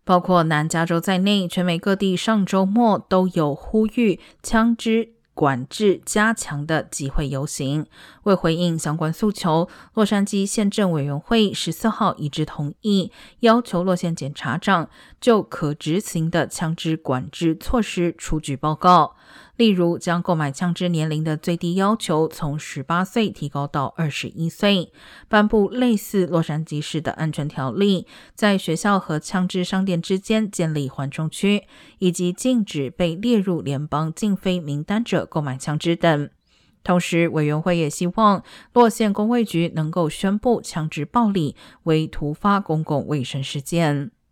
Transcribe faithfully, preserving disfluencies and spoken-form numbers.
包括南加州在内，全美各地上周末都有呼吁枪支管制加强的集会游行。为回应相关诉求，洛杉矶县政委员会十四号一致同意，要求洛县检察长就可执行的枪支管制措施出具报告。例如，将购买枪支年龄的最低要求从十八岁提高到二十一岁，颁布类似洛杉矶市的安全条例，在学校和枪支商店之间建立缓冲区，以及禁止被列入联邦禁飞名单者购买枪支等。同时，委员会也希望洛县公卫局能够宣布枪支暴力为突发公共卫生事件。